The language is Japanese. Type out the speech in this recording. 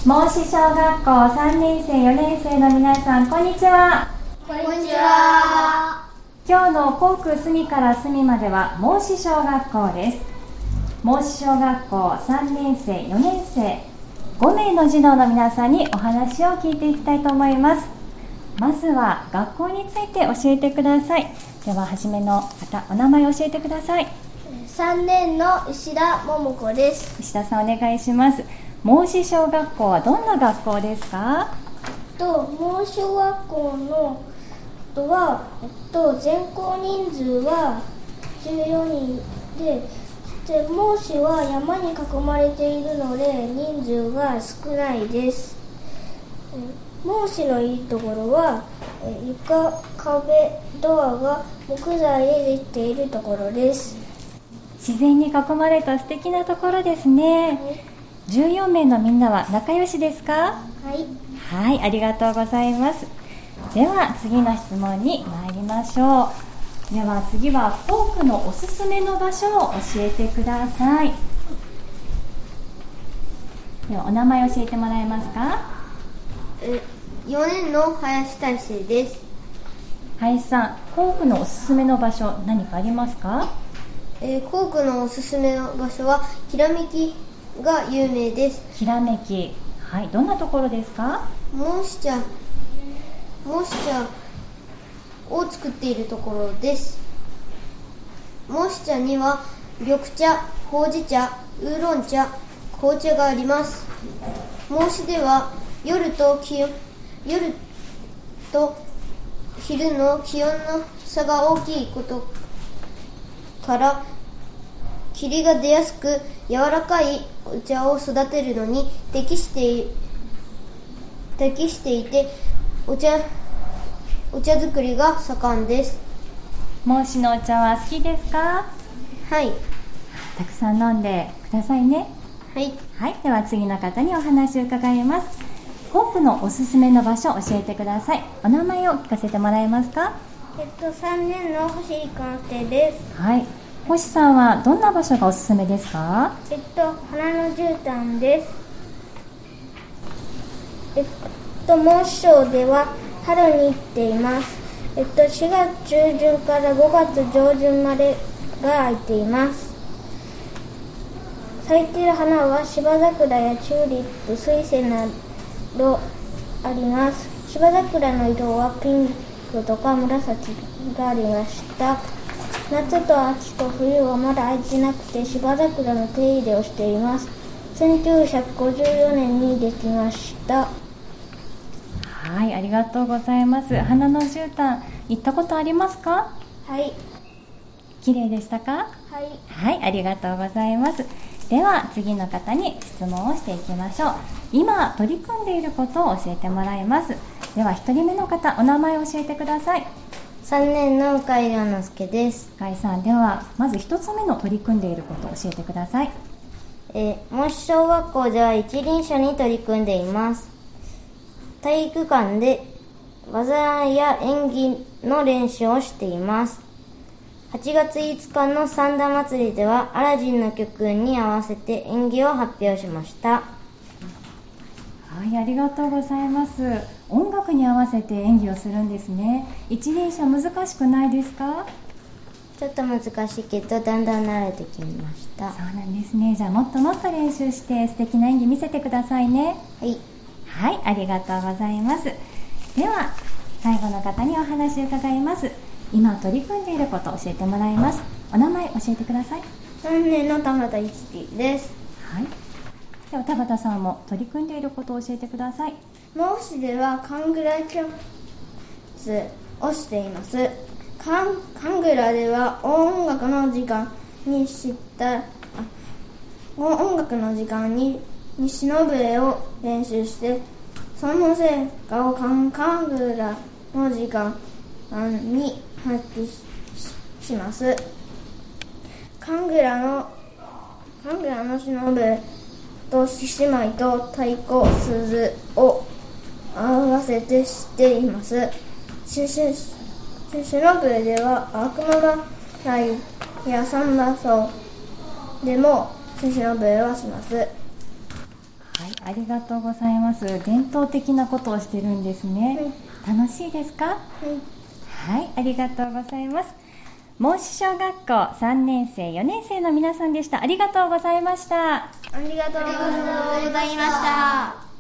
孟子小学校3年生4年生の皆さん、こんにちは。 こんにちは。 今日の校区隅から隅までは孟子小学校です。孟子小学校3年生4年生5名の児童の皆さんにお話を聞いていきたいと思います。まずは学校について教えてください。では初めの方、お名前を教えてください。 3年の石田桃子です。 石田さん、お願いします。孟子小学校はどんな学校ですか？ 孟子小学校の全校人数は14人で、孟子は山に囲まれているので人数が少ないです。孟子のいいところは床、壁、ドアが木材でできているところです。 自然に囲まれた素敵なところですね。14名のみんなは仲良しですか？ はい。 はい、ありがとうございます。では次の質問に参りましょう。では次は校区のおすすめの場所を教えてください。ではお名前教えてもらえますか 4年の林大成です。 林さん、校区のおすすめの場所何かありますか？ 校区のおすすめの場所はひらめきが有名です。 ひらめき、はい、どんなところですか？ 孟子茶を作っているところです。孟子茶には緑茶、ほうじ茶、ウーロン茶、紅茶があります。孟子では夜と昼の気温の差が大きいことから霧が出やすく柔らかいお茶を育てるのに適していてお茶作りが盛んです。 孟子のお茶は好きですか？ はい。 たくさん飲んでくださいね。 はい。 はい、では次の方にお話を伺います。校区のおすすめの場所を教えてください。お名前を聞かせてもらえますか 3年の星井寛生です。 はい、星さんはどんな場所がおすすめですか？ 花の絨毯です。孟子小では春に行っています。4月中旬から5月上旬までが空いています。咲いている花は芝桜やチューリップ、水仙などあります。芝桜の色はピンクとか紫がありました。夏と秋と冬はまだ空いてなくて芝桜の手入れをしています。1954年にできました。 はい、ありがとうございます。花の絨毯行ったことありますか？ はい。 綺麗でしたか？ はい。 はい、ありがとうございます。では次の方に質問をしていきましょう。今取り組んでいることを教えてもらいます。では1人目の方、お名前を教えてください。 3年の向井亮之介です。 向井さん、ではまず1つ目の取り組んでいることを教えてください。 孟子小学校では一輪車に取り組んでいます。体育館で技や演技の練習をしています。8月5日の三田祭りではアラジンの曲に合わせて演技を発表しました。 はい、ありがとうございます。音楽に合わせて演技をするんですね。一輪車難しくないですか？ ちょっと難しいけどだんだん慣れてきました。 そうなんですね。じゃあもっともっと練習して素敵な演技見せてくださいね。 はい。 はい、ありがとうございます。では最後の方にお話を伺います。今取り組んでいることを教えてもらいます。お名前教えてください。 3年の田畑一樹です。 はい。では田畑さんも取り組んでいることを教えてください。 孟子ではカングラ教室をしています。カングラでは音楽の時間に忍笛を練習してその成果をカングラの時間に発揮します。カングラの忍笛と獅子舞と太鼓鈴を合わせてしています。獅子笛では悪魔払いや三番奏でも獅子笛はします。 はい、 ありがとうございます。伝統的なことをしてるんですね。楽しいですか？はい、ありがとうございます。孟子小学校3年生4年生の皆さんでした。ありがとうございました。 ありがとうございました。